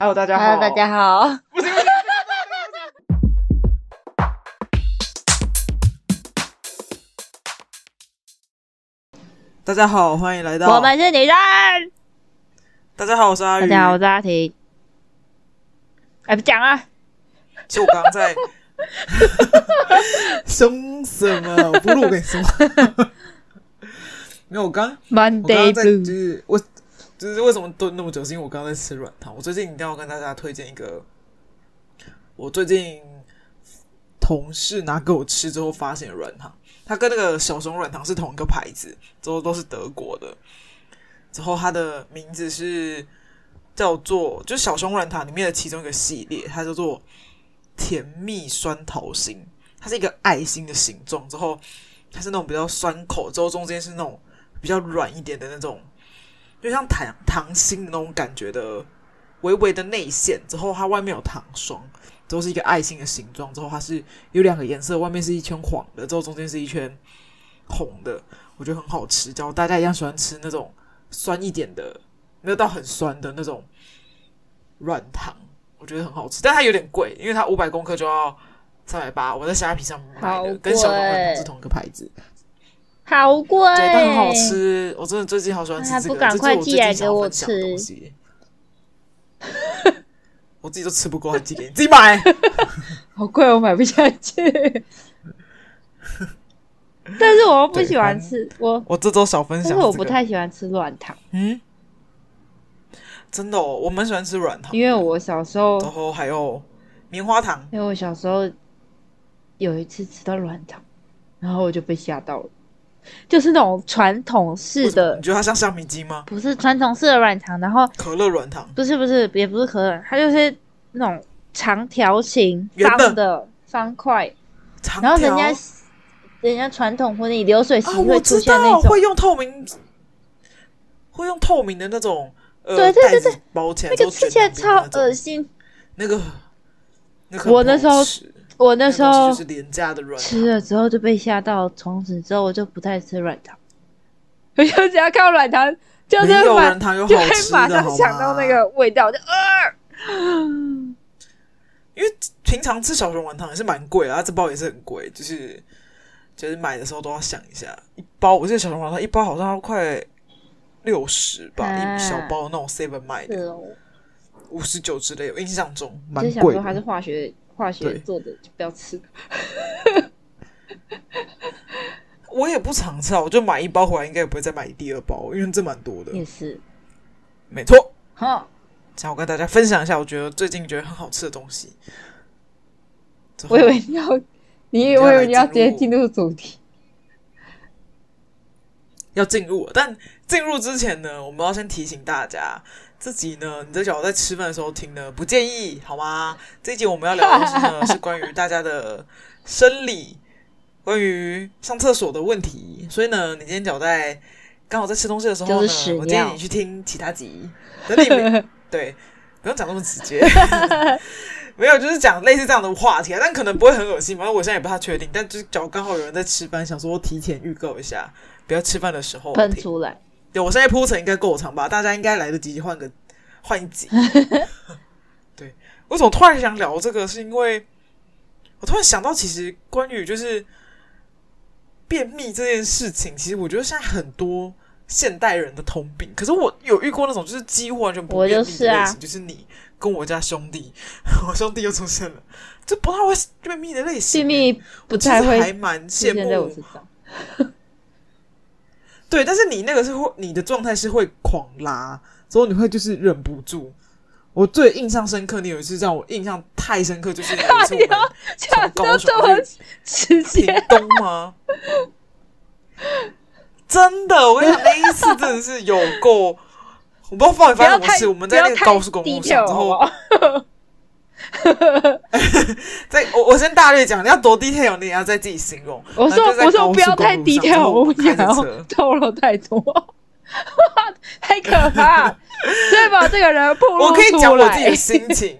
Hello， 大家好。 Hello， 大家好。 大家好，欢迎来到我们是女人。 大家好，我是阿宇。 大家好，我是阿婷。不讲啊！ 其实我刚刚在凶什么？我不录，我跟你说。没有，我刚刚在就是为什么蹲那么久？是因为我刚刚在吃软糖。我最近一定要跟大家推荐一个，我最近同事拿给我吃之后发现的软糖，它跟那个小熊软糖是同一个牌子，之后都是德国的。之后它的名字是叫做，就是小熊软糖里面的其中一个系列，它叫做甜蜜酸桃心，它是一个爱心的形状，之后它是那种比较酸口，之后中间是那种比较软一点的那种，就像糖心的那种感觉的微微的内馅，之后它外面有糖霜，之后是一个爱心的形状，之后它是有两个颜色，外面是一圈黄的，之后中间是一圈红的，我觉得很好吃。假如大家一样喜欢吃那种酸一点的，没有到很酸的那种软糖，我觉得很好吃，但它有点贵，因为它500公克就要380，我在虾皮上买的，跟小熊软糖是同一个牌子， 好贵。 对，但很好吃，我真的最近好喜欢吃这个， 还不赶快寄来给我吃？ 我自己都吃不过，还寄给你，自己买。 好贵，我买不下去。但是我又不喜欢吃， 我这周小分享、 但是我不太喜欢吃软糖。 真的哦，我蛮喜欢吃软糖， 因为我小时候， 然后还有棉花糖。 因为我小时候有一次吃到软糖，然后我就被吓到了，就是那种传统式的。 你觉得它像橡皮筋吗？ 不是传统式的软糖，然后可乐软糖， 不是，也不是可乐，它就是那种长条形方的方块，然后人家传统婚礼流水席会出现那种， 会用透明的那种对， 包起来， 那个吃起来超恶心。 那个我那时候就是廉价的软糖， 吃了之后就被吓到，从此之后我就不太吃软糖，我就只要看到软糖，就是没有软糖有好吃的， 马上想到那个味道，就因为平常吃小熊软糖也是蛮贵的，这包也是很贵，就是买的时候都要想一下，一包我记得小熊软糖一包好像要快60吧，一小包那种 7 卖的59之类，我印象中蛮贵的。 就想说它是化学做的，就不要吃。 我也不常吃，我就买一包回来，应该也不会再买第二包，因为这蛮多的。 也是， 没错。 好， 想我跟大家分享一下，我最近觉得很好吃的东西。 我以为你要直接进入主题。 要进入了，但进入之前呢，我们要先提醒大家，这集呢，你假如在吃饭的时候听呢，不建议，好吗？这一集我们要聊的是呢，是关于大家的生理，关于上厕所的问题。所以呢，你今天刚好在吃东西的时候呢，我建议你去听其他集。等你对，不用讲那么直接。没有，就是讲类似这样的话题，但可能不会很恶心，反正我现在也不太确定。但就是假如刚好有人在吃饭，想说提前预告一下，不要吃饭的时候喷出来。 对，我现在铺陈应该够长吧？大家应该来得及换一集。对，为什么突然想聊这个？是因为我突然想到，其实关于就是便秘这件事情，其实我觉得现在很多现代人的通病。可是我有遇过那种就是几乎完全不便秘的类型，就是你跟我家兄弟，我兄弟又出现了，就不太会便秘的类型。 便秘不太会， 还蛮羡慕。 在我身上。 对，但是你那个你的状态是会狂拉，之后你会就是忍不住。我最印象深刻，你有一次让我印象太深刻，就是有一次我们从高雄去屏东吗？真的，我跟你讲，那一次真的是有够，我不知道发生什么事。我们在那个高速公路上之后，我先大略讲，你要多 detail， 你要再自己形容。 我说不要太 detail， 我不想要透露太多，太可怕，所以把这个人暴露出来。 我可以讲我自己的心情，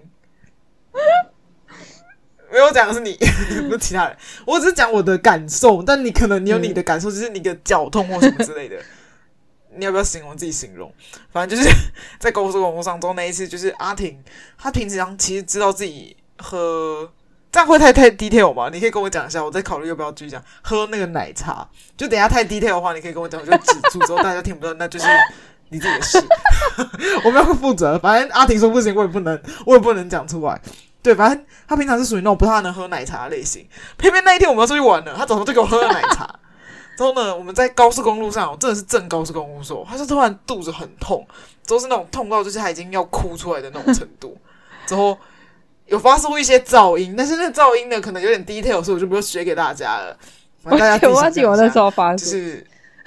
没有讲的是你，不是其他人。我只是讲我的感受，但你可能你有你的感受，就是你的脚痛或什么之类的。 你要不要形容自己形容？反正就是在高速公路上之后那一次，就是阿婷，她平常其实知道自己喝，这样会太 detail 吗？你可以跟我讲一下，我再考虑要不要继续讲喝那个奶茶。就等一下太 detail 的话，你可以跟我讲，我就止住，之后大家听不到，那就是你自己的事，我们要负责。反正阿婷说不行，我也不能讲出来。对，反正他平常是属于那种不太能喝奶茶的类型，偏偏那一天我们要出去玩了，他早上就给我喝了奶茶。之后呢，我们在高速公路上，真的是正高速公路的时候，他就突然肚子很痛，之后是那种痛到就是他已经要哭出来的那种程度。之后有发出一些噪音，但是那噪音呢可能有点 detail， 所以我就不用学给大家了。大家我忘记我那时候发出就是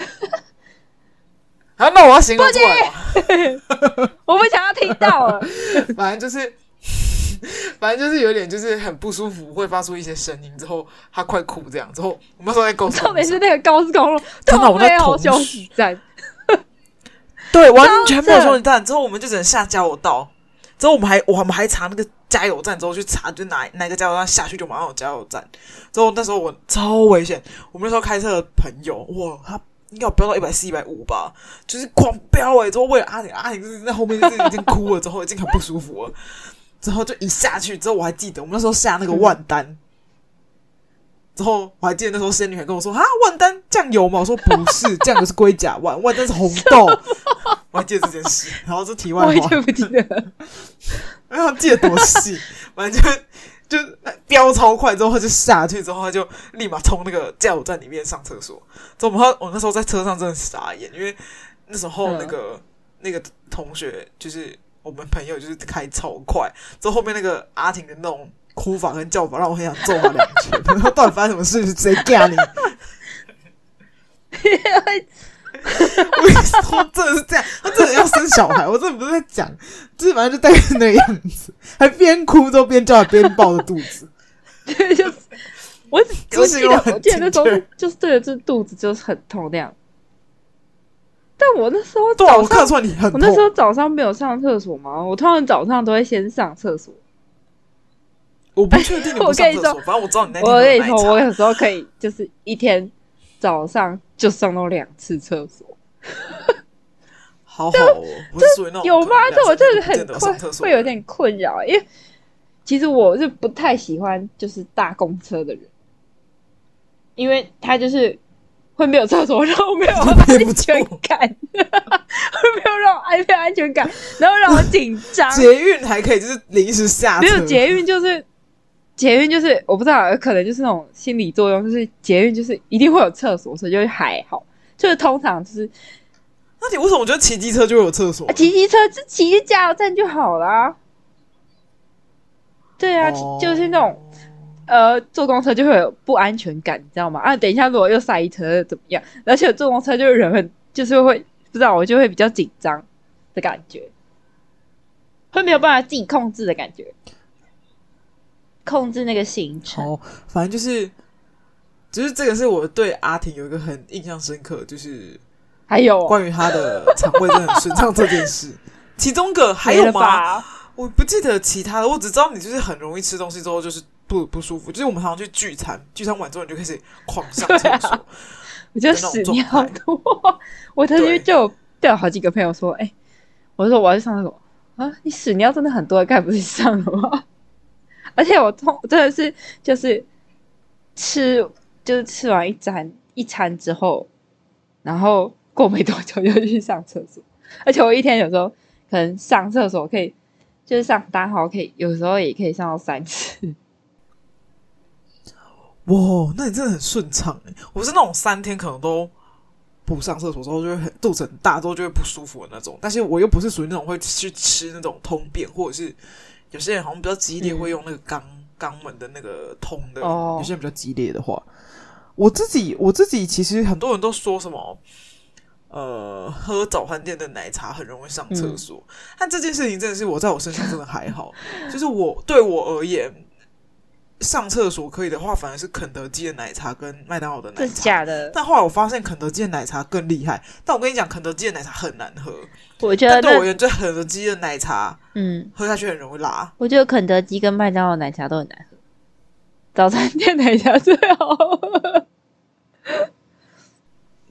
好，那我要形容出来吗？ 我不想要听到了。 反正就是有点就是很不舒服，会发出一些声音，之后他快哭这样。之后我们那时候在高速公路， 重点是那个高速公路真的没有休息站， 对，完全没有休息站。之后我们就只能下加油道。之后我们还查那个加油站，之后去查就哪个加油站下去就马上有加油站。之后那时候我超危险，我们那时候开车的朋友，哇，他应该有飙到140、150吧，就是狂飙之后为了阿婷就是在后面就是已经哭了，之后已经很不舒服了。之后就一下去，之后我还记得我们那时候下那个万丹，之后我还记得那时候仙女还跟我说啊，万丹酱油嘛，我说不是，酱油是龟甲万丹是红豆，我还记得这件事。然后这题外话， 我完全不记得， 然后记得多细，反正就飙超快，之后他就下去，之后他就立马冲那个加油站里面上厕所。之后我那时候在车上真的傻眼，因为那时候那个同学就是我们朋友就是开超快，之后后面那个阿婷的那种哭法跟叫法让我很想揍他2拳。他说到底发生什么事？谁干你？我跟你说，真的是这样，他真的要生小孩，我真的不是在讲，就是反正就大概那个样子，还边哭之后边叫他边抱着肚子。 对，就是我记得那时候就是对着这肚子就是很痛那样。但我那时候对啊，我看出来你很痛。 我那时候早上没有上厕所吗？我通常早上都会先上厕所。 我不确定你不上厕所，反正我知道你那天我跟你说，我有时候可以就是一天早上就上到2次厕所。 好好哦，我是属于那种有吗？这我就是会有点困扰，因为其实我是不太喜欢就是搭公车的人，因为他就是会没有厕所，然后没有安全感，会没有让我安全感，然后让我紧张。 捷运还可以，就是临时下车。 没有捷运就是我不知道，可能就是那种心理作用，就是捷运就是一定会有厕所，所以就还好。就是通常就是， 那你为什么觉得骑机车就有厕所？ 骑机车就骑去加油站就好啦。对啊，就是那种坐公车就会有不安全感，你知道吗？啊，等一下如果又塞车怎么样？而且坐公车就是人很就是会不知道，我就会比较紧张的感觉，会没有办法自己控制的感觉，控制那个行程。 反正就是这个是我对阿婷有一个很印象深刻，就是还有关于她的肠胃真的很顺畅这件事。其中个还有吗？我不记得其他的，我只知道你就是很容易吃东西之后就是不舒服，就是我们常常去聚餐完之后你就开始狂上厕所。 我觉得屎尿多，我曾经就有好几个朋友说，我说我要去上厕所啊，你屎尿真的很多，该不是上了吗？而且我真的是就是吃完一餐之后，然后过没多久就去上厕所，而且我一天有时候可能上厕所可以就是上大号可以，有时候也可以上到3次。 哇，那你真的很顺畅欸！我是那种3天可能都不上厕所之后就会很肚子很大，之后就会不舒服的那种。但是我又不是属于那种会去吃那种通便，或者是有些人好像比较激烈会用那个肛门的那个通的，有些人比较激烈的话，我自己其实很多人都说什么喝早餐店的奶茶很容易上厕所，但这件事情真的是我在我身上真的还好，就是对我而言。上厕所可以的话，反而是肯德基的奶茶跟麦当劳的奶茶。 这是假的？ 但后来我发现肯德基的奶茶更厉害。但我跟你讲，肯德基的奶茶很难喝。 我觉得对我而言，就肯德基的奶茶，喝下去很容易拉。 我觉得肯德基跟麦当劳奶茶都很难喝，早餐店奶茶最好喝。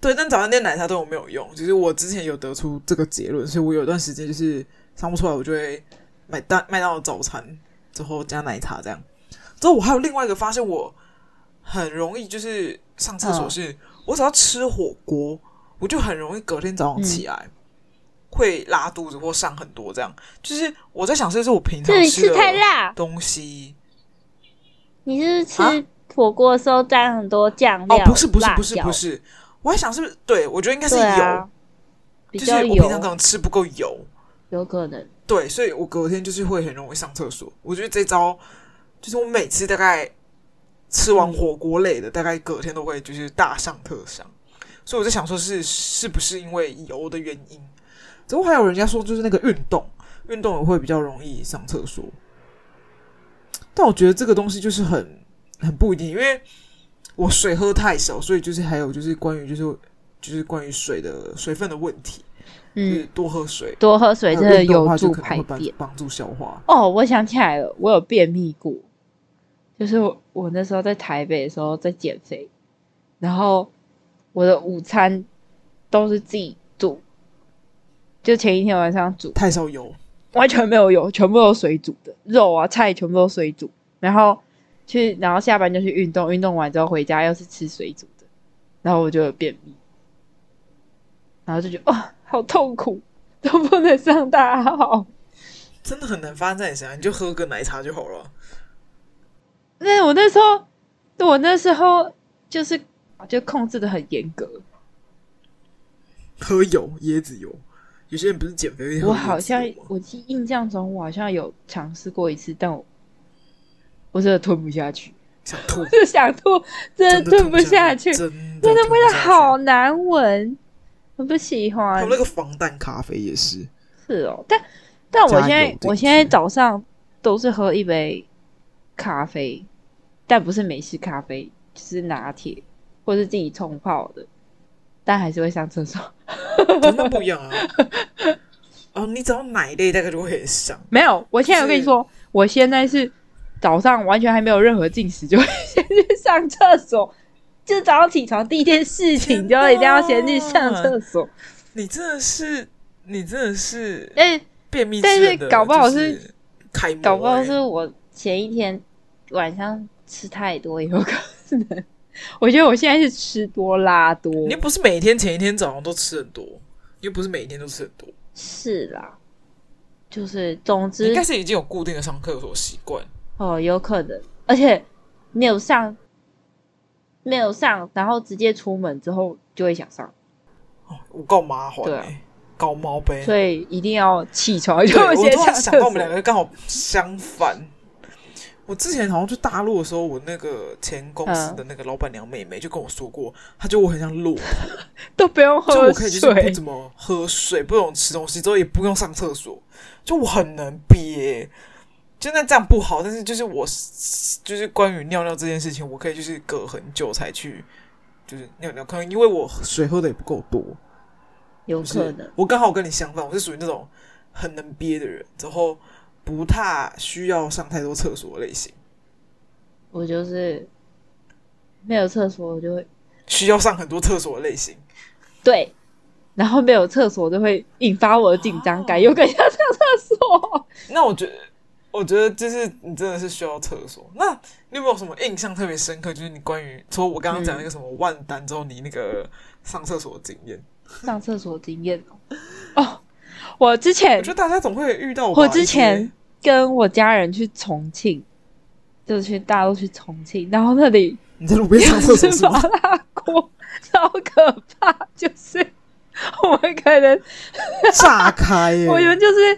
对，但早餐店奶茶对我没有用，就是我之前有得出这个结论，所以我有一段时间就是上不出来，我就会买麦当劳早餐之后加奶茶这样。之后我还有另外一个发现，我很容易就是上厕所是，我只要吃火锅，我就很容易隔天早上起来。会拉肚子或上很多，这样就是我在想，这是我平常吃的太辣东西。 你是不是吃火锅的时候沾很多酱料？ 哦，不是，我还想是不是？对，我觉得应该是油， 比较油。 就是我平常可能吃不够油， 有可能。 对，所以我隔天就是会很容易上厕所。我觉得这招就是我每次大概吃完火锅类的，大概隔天都会就是大上特上。所以我在想说是不是因为油的原因？之后还有人家说，就是那个运动也会比较容易上厕所，但我觉得这个东西就是很不一定，因为我水喝太少，所以就是还有就是关于就是关于水分的问题，就是多喝水真的有助排便，帮助消化。 哦，我想起来了，我有便秘过，就是我那时候在台北的时候在减肥，然后我的午餐都是自己煮。就前一天晚上煮， 太少油， 完全没有油，全部都水煮的，肉啊菜全部都水煮，然后下班就去运动，运动完之后回家又是吃水煮的，然后我就有便秘，然后就觉得好痛苦，都不能上大号， 真的很难发生在你身上，你就喝个奶茶就好了。 那我那时候就控制的很严格， 喝油，椰子油。有些人不是减肥， 我好像我印象中我好像有尝试过一次，但我真的吞不下去， 想吐， 真的吞不下去，真的味道好难闻，我不喜欢。 还有那个防弹咖啡也是， 是哦，但我现在早上都是喝一杯咖啡，但不是美式咖啡，就是拿铁或是自己冲泡的。但还是会上厕所， 真的不一样啊！哦，你只要奶类大概就会很上。 没有，我现在有跟你说，我现在是早上完全还没有任何进食，就会先去上厕所。就是早上起床第一件事情，就一定要先去上厕所。 你真的是，便秘， 但是搞不好是开模， 搞不好是我前一天晚上吃太多，有可能。我觉得我现在是吃多拉多。 你又不是每天前一天早上都吃很多，你又不是每天都吃很多。是啦，就是总之你应该是已经有固定的上厕所习惯哦，有可能，而且没有上，然后直接出门之后就会想上。 哦，我够麻烦搞毛呗， 所以一定要起床就先上厕所。我突然想到我们两个刚好相反。我之前好像去大陆的时候，我那个前公司的那个老板娘妹妹就跟我说过，她觉得我很像骆驼， 都不用喝水， 就我可以就是不怎么喝水，不用吃东西，之后也不用上厕所，就我很能憋。就那这样不好，但是就是我就是关于尿尿这件事情，我可以就是隔很久才去就是尿尿，可能因为我水喝的也不够多， 有可能。 我刚好跟你相反，我是属于那种很能憋的人，之后不太需要上太多厕所的类型。 我就是没有厕所，我就会需要上很多厕所的类型。 对，然后没有厕所就会引发我的紧张感，又更要上厕所。 那我觉得就是你真的是需要厕所。那你有没有什么印象特别深刻？就是你关于除了我刚刚讲那个什么万丹之后，你那个上厕所的经验？ 上厕所经验哦，我之前我觉得大家总会遇到。 我之前跟我家人去重庆，就是大家都去重庆，然后那里你在路边上厕所是吗？ 麻辣锅超可怕，就是我们可能炸开耶！ 我们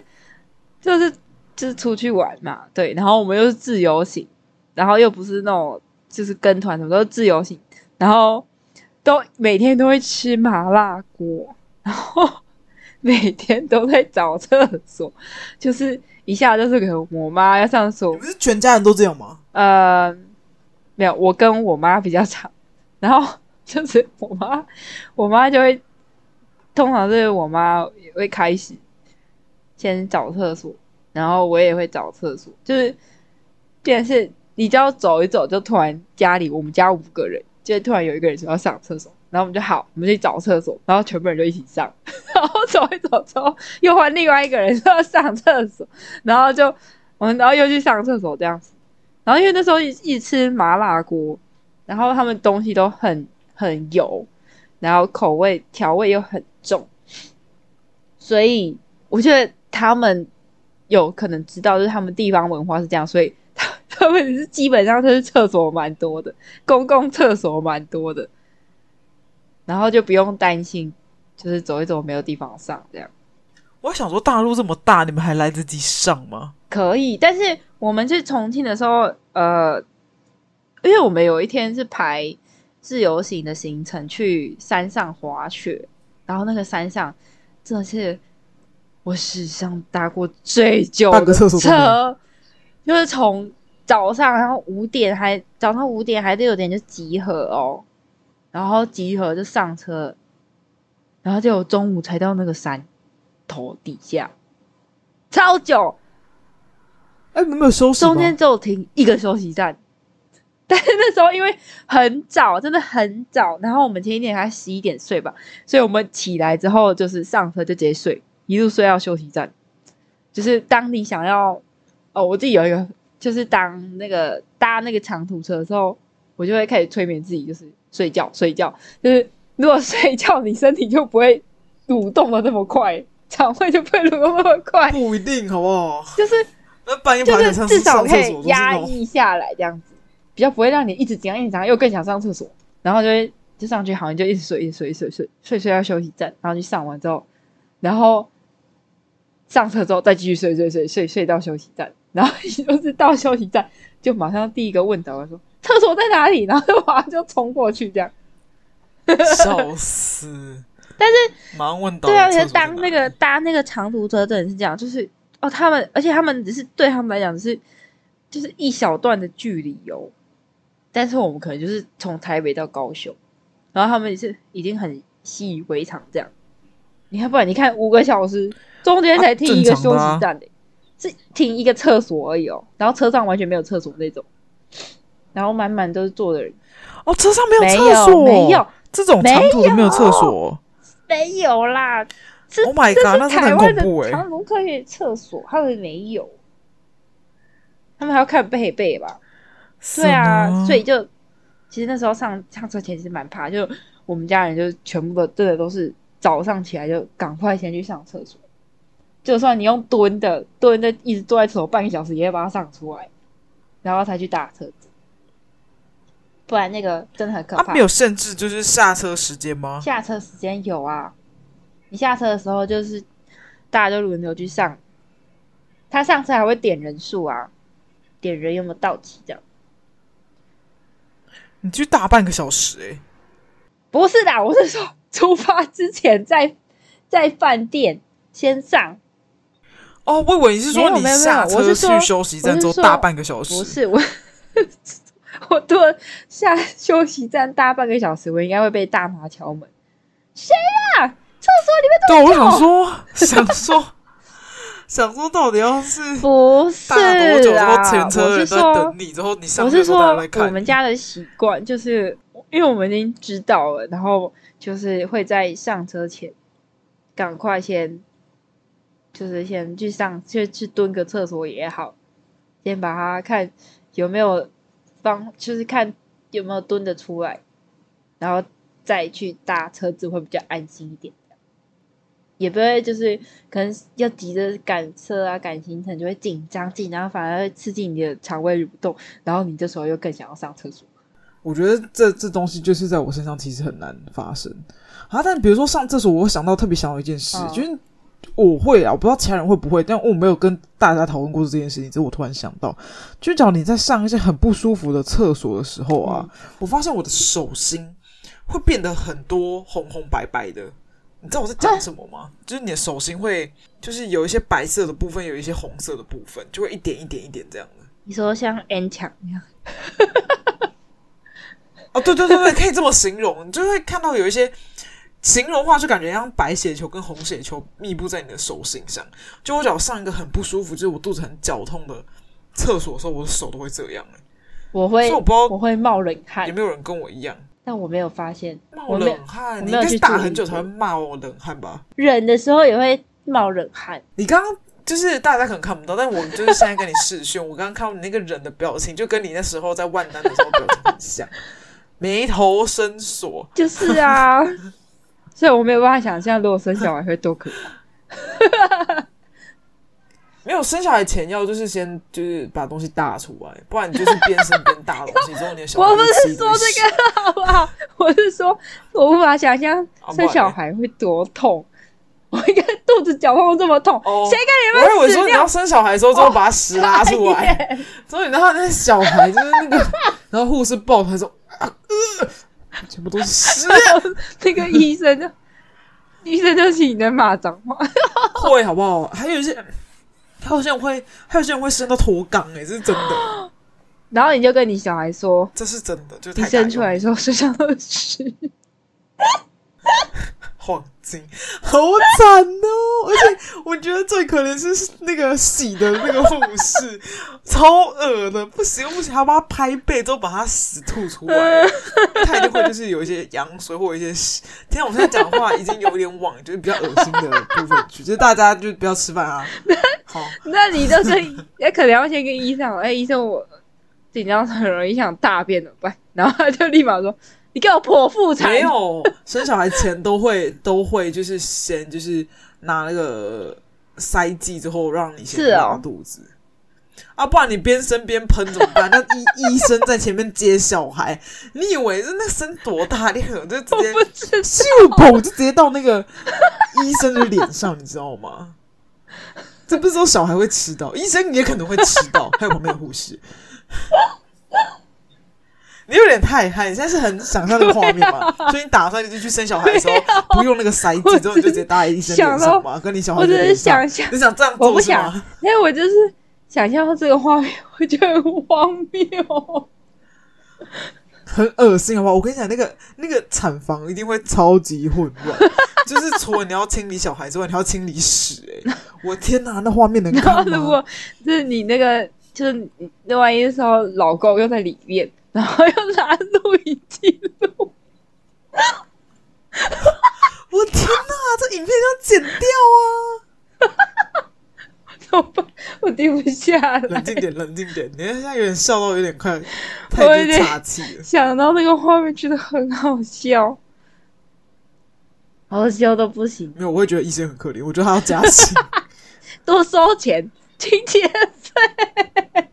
就是出去玩嘛，对，然后我们又是自由行，然后又不是那种就是跟团，什么都是自由行，然后都每天都会吃麻辣锅，然后每天都在找厕所，就是一下就是可能我妈要上厕所。 你不是全家人都这样吗？ 没有，我跟我妈比较长，然后就是我妈就会，通常是我妈也会开始先找厕所，然后我也会找厕所，就是变成是你只要走一走，就突然我们家5个人，就突然有一个人说要上厕所， 然后我们就好，我们去找厕所，然后全部人就一起上，然后走一走之后，又换另外一个人说要上厕所，然后我们又去上厕所这样子。然后因为那时候一直吃麻辣锅，然后他们东西都很油，然后调味又很重，所以我觉得他们有可能知道，就是他们地方文化是这样，所以他们是基本上就是厕所蛮多的，公共厕所蛮多的，然后就不用担心，就是走一走没有地方上这样。 我想说，大陆这么大，你们还来得及上吗？ 可以，但是我们去重庆的时候，因为我们有一天是排自由行的行程去山上滑雪，然后那个山上真的是我史上搭过最久的车，就是从早上然后早上5点还是6点就集合哦，然后集合就上车，然后就中午才到那个山头底下，超久。 你们没有休息吗？ 中间只有停一个休息站，但是那时候因为很早，真的很早，然后我们前一天还11点睡吧，所以我们起来之后就是上车就直接睡，一路睡到休息站。就是当你想要我自己有一个，就是搭那个长途车的时候，我就会开始催眠自己，就是睡觉，就是如果睡觉，你身体就不会蠕动的那么快，肠胃就不会蠕动那么快， 不一定，好不好？ 就是半夜爬起来就是至少可以压抑下来，这样子比较不会让你一直紧张，又更想上厕所，然后就上去，好像就一直睡到休息站，然后去上完之后，然后上车之后再继续睡到休息站，然后就是到休息站就马上第一个问导游说厕所在哪里，然后就马上就冲过去这样， 笑死！ 但是马上问导游， 对啊，而且搭那个长途车真的是这样，就是而且他们只是对他们来讲就是一小段的距离哦，但是我们可能就是从台北到高雄，然后他们也是已经很习以为常这样。你看，不然你看5个小时，中间才停一个休息站是停一个厕所而已哦，然后车上完全没有厕所那种，然后满满都是坐的人。 车上没有厕所， 没有这种长途都没有厕所， 没有啦。 Oh my god， 那真的很恐怖欸！ 长途客运厕所他们没有，他们还要看背吧？对啊，所以就其实那时候上车前是蛮怕，就我们家人就全部的真的都是早上起来就赶快先去上厕所，就算你用蹲的一直坐在厕所半个小时，也会把它上出来，然后才去打车子，不然那个真的很可怕。 没有限制就是下车时间吗？ 下车时间有啊。你下车的时候就是大家就轮流去上，他上车还会点人数啊，点人有没有到齐这样。 你去大半个小时不是的，我是说出发之前在饭店先上。 我以为你是说你下车去休息站之后大半个小时。 不是我坐下休息站大半个小时，我应该会被大妈敲门。谁啊？厕所里面对，我想说，到底要是不是大多久之后前车的人在等你，之后你上去的时候大家来看你。 我们家的习惯就是，因为我们已经知道了，然后就是会在上车前赶快先去蹲个厕所也好，先把它看有没有就是看有没有蹲得出来，然后再去搭车子会比较安心一点。也不会就是可能要急着赶车啊赶行程就会紧张，反而会刺激你的肠胃蠕动，然后你这时候又更想要上厕所。 我觉得这东西就是在我身上其实很难发生但比如说上厕所，我特别想到一件事，就是我会我不知道其他人会不会，但我没有跟大家讨论过这件事情，只是我突然想到，就是假如你在上一些很不舒服的厕所的时候我发现我的手心会变得很多红红白白的。你知道我在讲什么吗？就是你的手心会，就是有一些白色的部分，有一些红色的部分，就会一点一点一点这样的。 你说像 N 墙一样？ 对，可以这么形容。你就会看到有一些形容话，就感觉像白血球跟红血球密布在你的手心上。就我只要上一个很不舒服，就是我肚子很绞痛的厕所的时候，我的手都会这样。 我会， 所以我不知道我会冒冷汗。 有没有人跟我一样？ 但我没有发现。 冒冷汗，你应该是打很久才会冒冷汗吧？ 忍的时候也会冒冷汗。 你刚刚就是大家可能看不到，但我就是现在跟你视讯，我刚刚看到你那个人的表情，就跟你那时候在万丹的时候表情很像，眉头深锁。 就是啊，所以我没有办法想象，如果生小孩会多可怕。 没有生小孩前要就是先就是把东西大出来，不然你就是边生边大东西之后你的小孩我不是说这个好不好？我是说我无法想象生小孩会多痛。我应该肚子绞痛这么痛，谁跟你们死掉？ 我以为说你要生小孩的时候之后把屎拉出来，所以然后那小孩就是那个，然后护士抱他说全部都是屎， 那个医生就请你在骂脏话， 会好不好？还有些人会生到脱肛这是真的。 然后你就跟你小孩说， 这是真的，就是你生出来的时候身上都是屎。 黄金好惨哦！而且我觉得最可怜是那个洗的那个护士，超恶的，不行不行，还要帮他拍背之后把他屎吐出来，他一定会就是有一些羊水或有一些。天啊，我现在讲话已经有点往就是比较恶心的部分去，就是大家就不要吃饭啊。好， 那你都可能要先跟医生，医生我紧张很容易想大便怎么办？然后他就立马说。你给我剖腹产？ 没有，生小孩前都会就是先就是拿那个塞剂之后让你先拉肚子。啊，不然你边生边喷怎么办？那医生在前面接小孩，你以为那生多大力？就直接咻砰就直接到那个医生的脸上，你知道吗？这不是说小孩会吃到，医生也可能会吃到，还有旁边的护士。你有点太嗨，你现在是很想象那个画面嘛？所以你打算就去生小孩的时候，不用那个塞剂，之后你就直接搭在医生脸上嘛，跟你小孩的脸上。我只是想，你想这样做是吗？ 因为我就是想象到这个画面，我觉得很荒谬， 很恶心，好不好？我跟你讲，那个产房一定会超级混乱，就是除了你要清理小孩之外，你还要清理屎。我天哪，那画面能看吗？ 如果就是你那个，就是你那万一的时候，老公又在里面。然后又拿录影记录，我天哪，这影片要剪掉啊！ 怎么办？我停不下来。 冷静点，冷静点！你现在有点笑到有点快，太岔气了。 想到那个画面，觉得很好笑，好笑都不行。 没有，我会觉得医生很可怜，我觉得他要加薪， 多收钱，清洁费。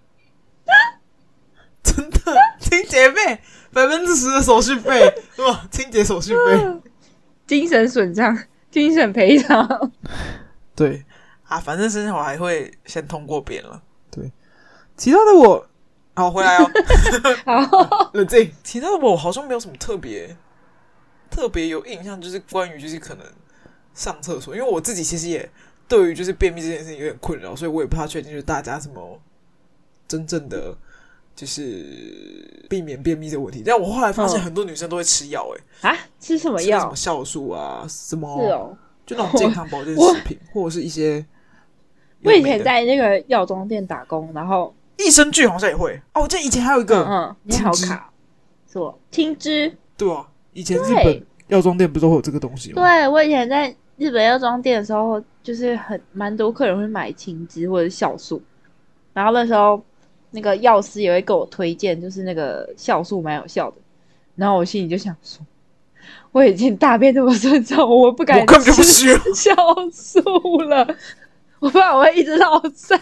真的，清洁费10%的手续费，是吧？清洁手续费， 精神损伤，精神赔偿。 对啊，反正生小孩会先通过别人了。对，其他的我好回来哦， 好冷静。其他的我好像没有什么特别有印象，就是关于就是可能上厕所，因为我自己其实也对于就是便秘这件事情有点困扰，所以我也不太确定就是大家什么真正的。就是避免便秘这个问题，但我后来发现很多女生都会吃药， 吃什么药？ 什么酵素啊，什么是哦， 就那种健康保健食品，或者是一些。 我以前在那个药妆店打工，然后益生菌好像也会哦。我记得以前还有一个， 你好卡，是我青汁， 对啊，以前日本药妆店不是都会有这个东西吗？ 对，我以前在日本药妆店的时候，就是蛮多客人会买青汁或者是酵素，然后那时候。那个药师也会给我推荐，就是那个酵素蛮有效的。然后我心里就想说，我已经大便这么顺畅，我不敢吃酵素了，我怕我会一直落塞。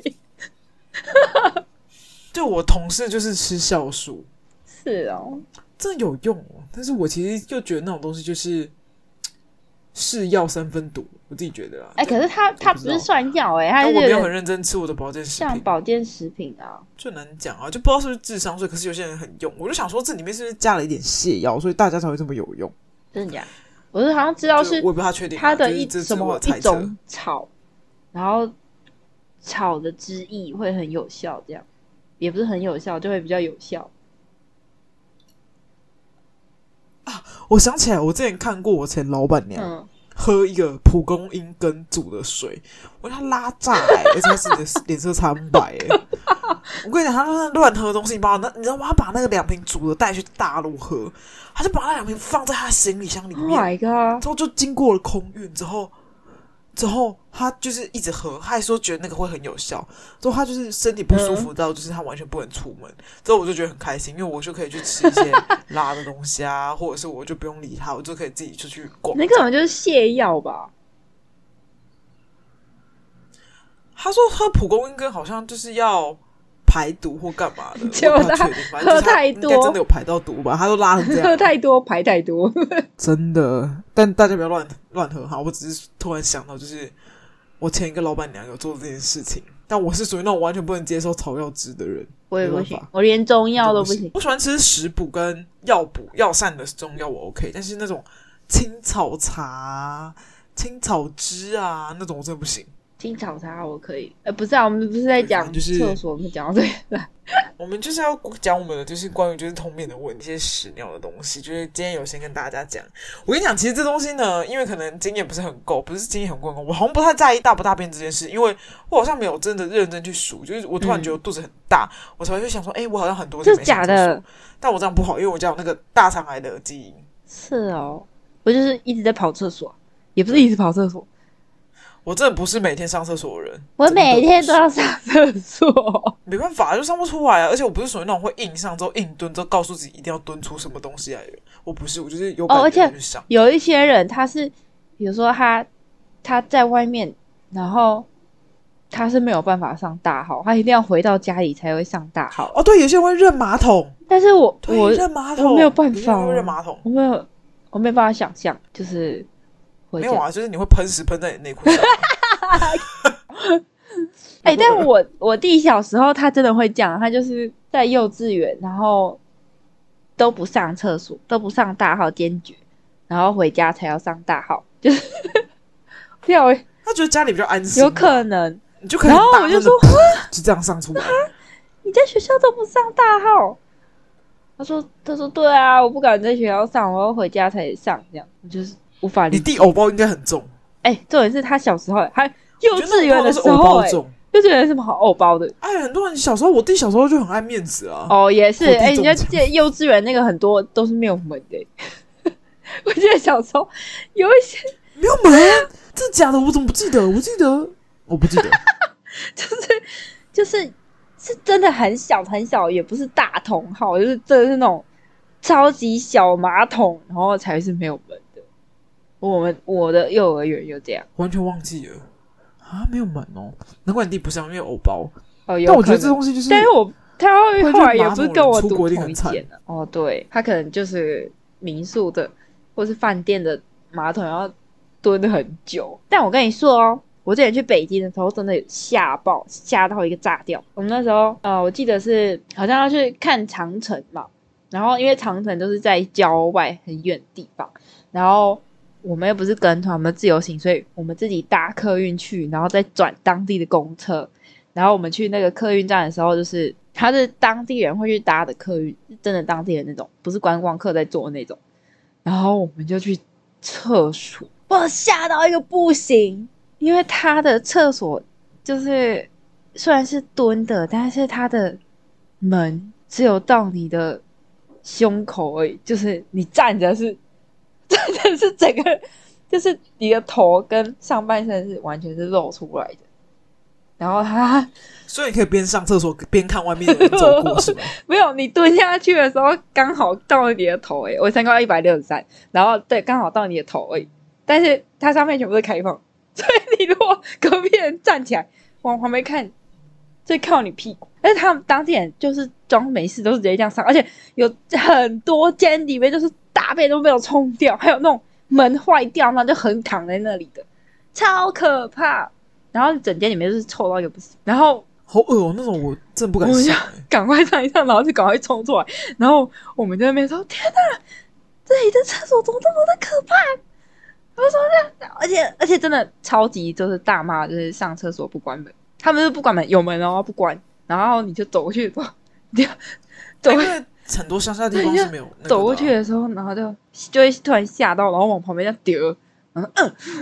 就我同事就是吃酵素， 是哦， 这有用哦。但是我其实就觉得那种东西就是是药三分毒，我自己觉得啊。 可是它不是算药它是我没有很认真吃我的保健食品， 像保健食品啊， 就难讲啊，就不知道是不是智商税，可是有些人很用，我就想说这里面是不是加了一点泻药，所以大家才会这么有用？ 真的假的？我是好像知道是， 我也不太确定它的什么一种草，然后草的汁液会很有效，这样也不是很有效，就会比较有效。 啊，我想起来，我之前看过我前老板娘。喝一个蒲公英根煮的水，我让他拉炸而且他是脸色苍白我跟你讲，他就是乱喝东西，你知道吗？他把那个2瓶煮的带去大陆喝，他就把那2瓶放在他的行李箱里面 Oh my god！ 之后就经过了空运之后他就是一直喝，他还说觉得那个会很有效。之后他就是身体不舒服到就是他完全不能出门。之后我就觉得很开心，因为我就可以去吃一些辣的东西啊，或者是我就不用理他，我就可以自己出去逛。 那根本就是泻药吧？ 他说喝蒲公英根好像就是要排毒或干嘛的， 结果我不太确定，反正就是他应该真的有排到毒吧？他都拉成这样， 喝太多排太多， 真的。但大家不要乱喝哈！我只是突然想到，就是我前一个老板娘有做这件事情，但我是属于那种完全不能接受草药汁的人， 我也不行，我连中药都不行。 我喜欢吃食补跟药补药膳的中药我 OK， 但是那种青草茶、青草汁啊那种我真的不行。 青草茶我可以，不是啊，我们不是在讲厕所，我们讲到这个， 我们就是要讲我们的就是关于就是通便的问题，一些屎尿的东西，就是今天有先跟大家讲。我跟你讲，其实这东西呢，因为可能经验不是很够，不是经验很够，我好像不太在意大不大便这件事，因为我好像没有真的认真去数，就是我突然觉得我肚子很大，我才会想说，我好像很多天没上厕所，这是假的？但我这样不好，因为我家有那个大肠癌的基因。是哦，我就是一直在跑厕所，也不是一直跑厕所。 我真的不是每天上厕所的人， 我每天都要上厕所， 没办法，就上不出来啊！而且我不是属于那种会硬上之后硬蹲之后告诉自己一定要蹲出什么东西来的人，我不是，我就是有感觉去上。 而且有一些人他是，比如说他在外面，然后他是没有办法上大号，他一定要回到家里才会上大号。 哦，对，有些人会认马桶， 但是我认马桶， 我没有办法， 认马桶， 我没有办法想象，就是。 没有啊，就是你会喷屎喷在你内裤上。 但我弟小时候他真的会这样，他就是在幼稚园，然后都不上厕所，都不上大号，坚决，然后回家才要上大号，就是他觉得家里比较安心， 有可能， 你就可以，然后我就说就这样上出来。 你在学校都不上大号？他说对啊，我不敢在学校上，我要回家才上，这样我就是。无法理解。 你弟偶包应该很重， 重点是他小时候，他幼稚园的时候，幼稚园有什么好偶包的？ 很多人小时候，我弟小时候就很爱面子啊。 哦，也是，你觉得幼稚园那个很多都是没有门的。我记得小时候有一些没有门，真的假的？我怎么不记得？我不记得， 就是真的很小很小，也不是大桶号，就是真的是那种超级小马桶，然后才是没有门。我的幼儿园就这样， 完全忘记了啊，没有门哦，难怪你弟不是因为偶包哦。 但我觉得这东西就是， 但是他后来也不是跟我读同一间的哦，对，他可能就是民宿的或是饭店的马桶要蹲很久。但我跟你说哦，我之前去北京的时候真的吓到一个炸掉。我们那时候我记得是好像要去看长城嘛，然后因为长城都是在郊外很远的地方，然后。我们又不是跟团，我们自由行，所以我们自己搭客运去，然后再转当地的公车。然后我们去那个客运站的时候，就是他是当地人会去搭的客运，真的当地人那种，不是观光客在坐那种。然后我们就去厕所，我吓到一个不行，因为他的厕所就是虽然是蹲的，但是他的门只有到你的胸口而已，就是你站着是。真的是整个，就是你的头跟上半身是完全是露出来的，然后所以你可以边上厕所边看外面的人走过是吗？ 没有，你蹲下去的时候刚好到了你的头我身高163，然后对，刚好到你的头但是它上面全部是开放，所以你如果隔壁人站起来往旁边看，就靠你屁股。但是他们当地人就是装没事，都是直接这样上，而且有很多间里面就是大便都没有冲掉，还有那种门坏掉，然后就横躺在那里的，超可怕。然后整间里面就是臭到一个不行，然后好恶哦，那种我真的不敢想赶快上一上，然后就赶快冲出来。然后我们在那边说：“天哪，这里的厕所怎么这么的可怕？”我说这样，而且真的超级就是大骂，就是上厕所不关门，他们是不关门，有门不关。然后你就走过去，走过去， 很多乡下地方是没有那个的走过去的时候，然后就会突然吓到，然后往旁边这样丢，然后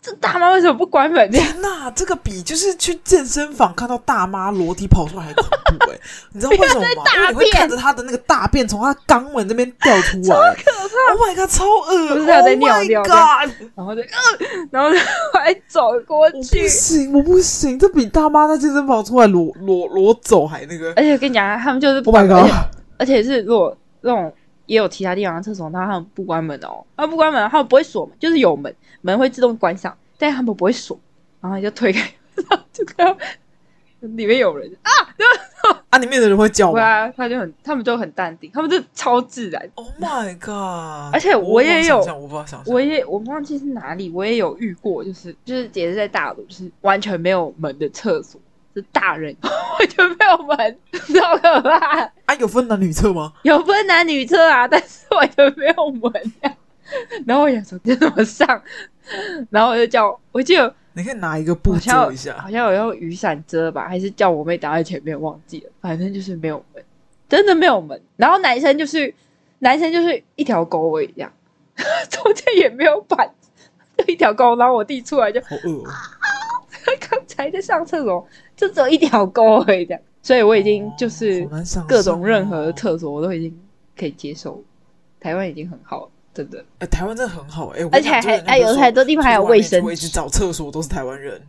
这大妈为什么不关门？这样天哪，这个比就是去健身房看到大妈裸体跑出来还恐怖你知道为什么吗？因为你会看着她的那个大便从她肛门那边掉出来，超可怕 ！Oh my god， 超恶！ 不是她在尿尿 Oh my god， 然后就还走过我去不。行，我不行，这比大妈在健身房出来裸走还那个。 而且我跟你讲，他们就是 Oh my god， 而且是如果那种也有其他地方的厕所，他们不关门哦，他们不关门，他们不会锁门，就是有门，门会自动关上，但他们不会锁，然后你就推开，然后就看到里面有人啊，里面的人会叫吗对啊，他们就很淡定，他们就超自然。 ？Oh my god！ 而且我也有我无法想象， 我忘记是哪里，我也有遇过，就是也是在大陆，就是完全没有门的厕所，是大人完全没有门，超可怕。 啊，有分男女厕吗？ 有分男女厕啊，但是完全没有门啊。然后我想说这怎么上，然后我记得你可以拿一个布好像遮一下。 好像有用雨伞遮吧，还是叫我妹挡在前面，忘记了，反正就是没有门，真的没有门。然后男生就是一条沟而已，这样中间也没有板，就一条沟。然后我弟出来就好恶哦！ 刚才在上厕所，就只有一条沟而已，这样。所以我已经就是好难想象哦各种任何的厕所我都已经可以接受，台湾已经很好了，真的。 台湾真的很好我而且还有很多地方还有卫生我一直找厕所都是台湾人。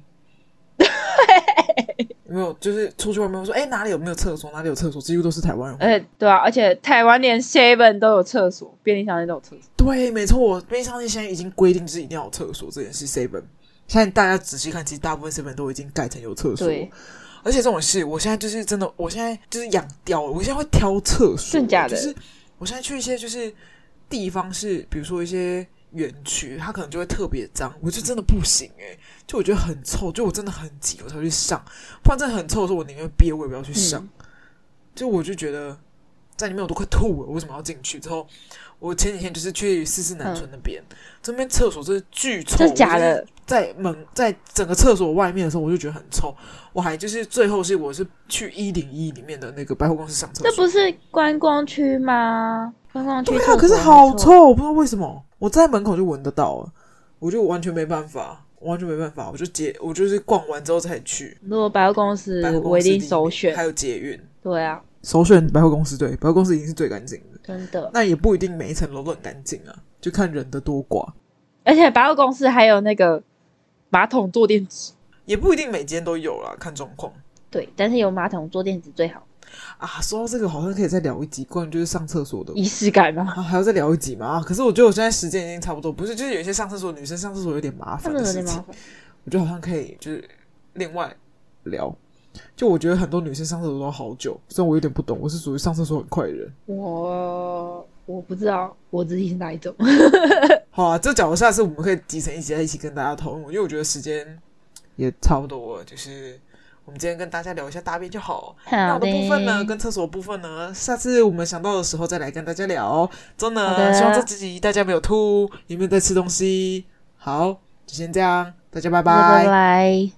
有没有就是出去外面说，哪里有没有厕所？哪里有厕所？几乎都是台湾人。 对啊，而且台湾连 7 都有厕所，便利商店都有厕所。 对，没错，便利商店现在已经规定是一定要有厕所，这件事 7。现在大家仔细看，其实大部分 7都已经改成有厕所。 对， 而且这种事，我现在就是真的，我现在就是养刁了。我现在会挑厕所， 真假的？ 就是我现在去一些就是地方是，比如说一些园区，它可能就会特别脏，我就真的不行就我觉得很臭，就我真的很急我才会去上，不然真的很臭的时候，我宁愿憋我也不要去上。就我就觉得在里面我都快吐了，我为什么要进去？之后我前几天就是去44南村那边，这边厕所真是巨臭， 真假的？ 在整个厕所外面的时候，我就觉得很臭。我还就是最后我是去101里面的那个百货公司上厕所， 这不是观光区吗？观光区对啊， 厕所可是好臭，我不知道为什么，我在门口就闻得到了，我就完全没办法，我就是逛完之后才去。 如果百货公司，我一定首选。 还有捷运， 对啊， 首选百货公司，对，百货公司已经是最干净的， 真的。 那也不一定每一层楼都很干净啊，就看人的多寡。 而且百货公司还有那个马桶坐垫纸， 也不一定每间都有啦，看状况。 对，但是有马桶坐垫纸最好。 啊，说到这个，好像可以再聊一集关于就是上厕所的仪式感吗？ 还要再聊一集嘛？可是我觉得我现在时间已经差不多，不是就是有一些上厕所女生上厕所有点麻烦的事情，我觉得好像可以就是另外聊。就我觉得很多女生上厕所都好久，虽然我有点不懂，我是属于上厕所很快的人。 我不知道我自己是哪一种。 好啊，这假如下次我们可以集成一集在一起跟大家讨论，因为我觉得时间也差不多了，就是我们今天跟大家聊一下大便就好。那我的部分呢，跟厕所的部分呢，下次我们想到的时候再来跟大家聊。真的，希望这集大家没有吐，也没有在吃东西。好，就先这样，大家拜拜。 拜拜。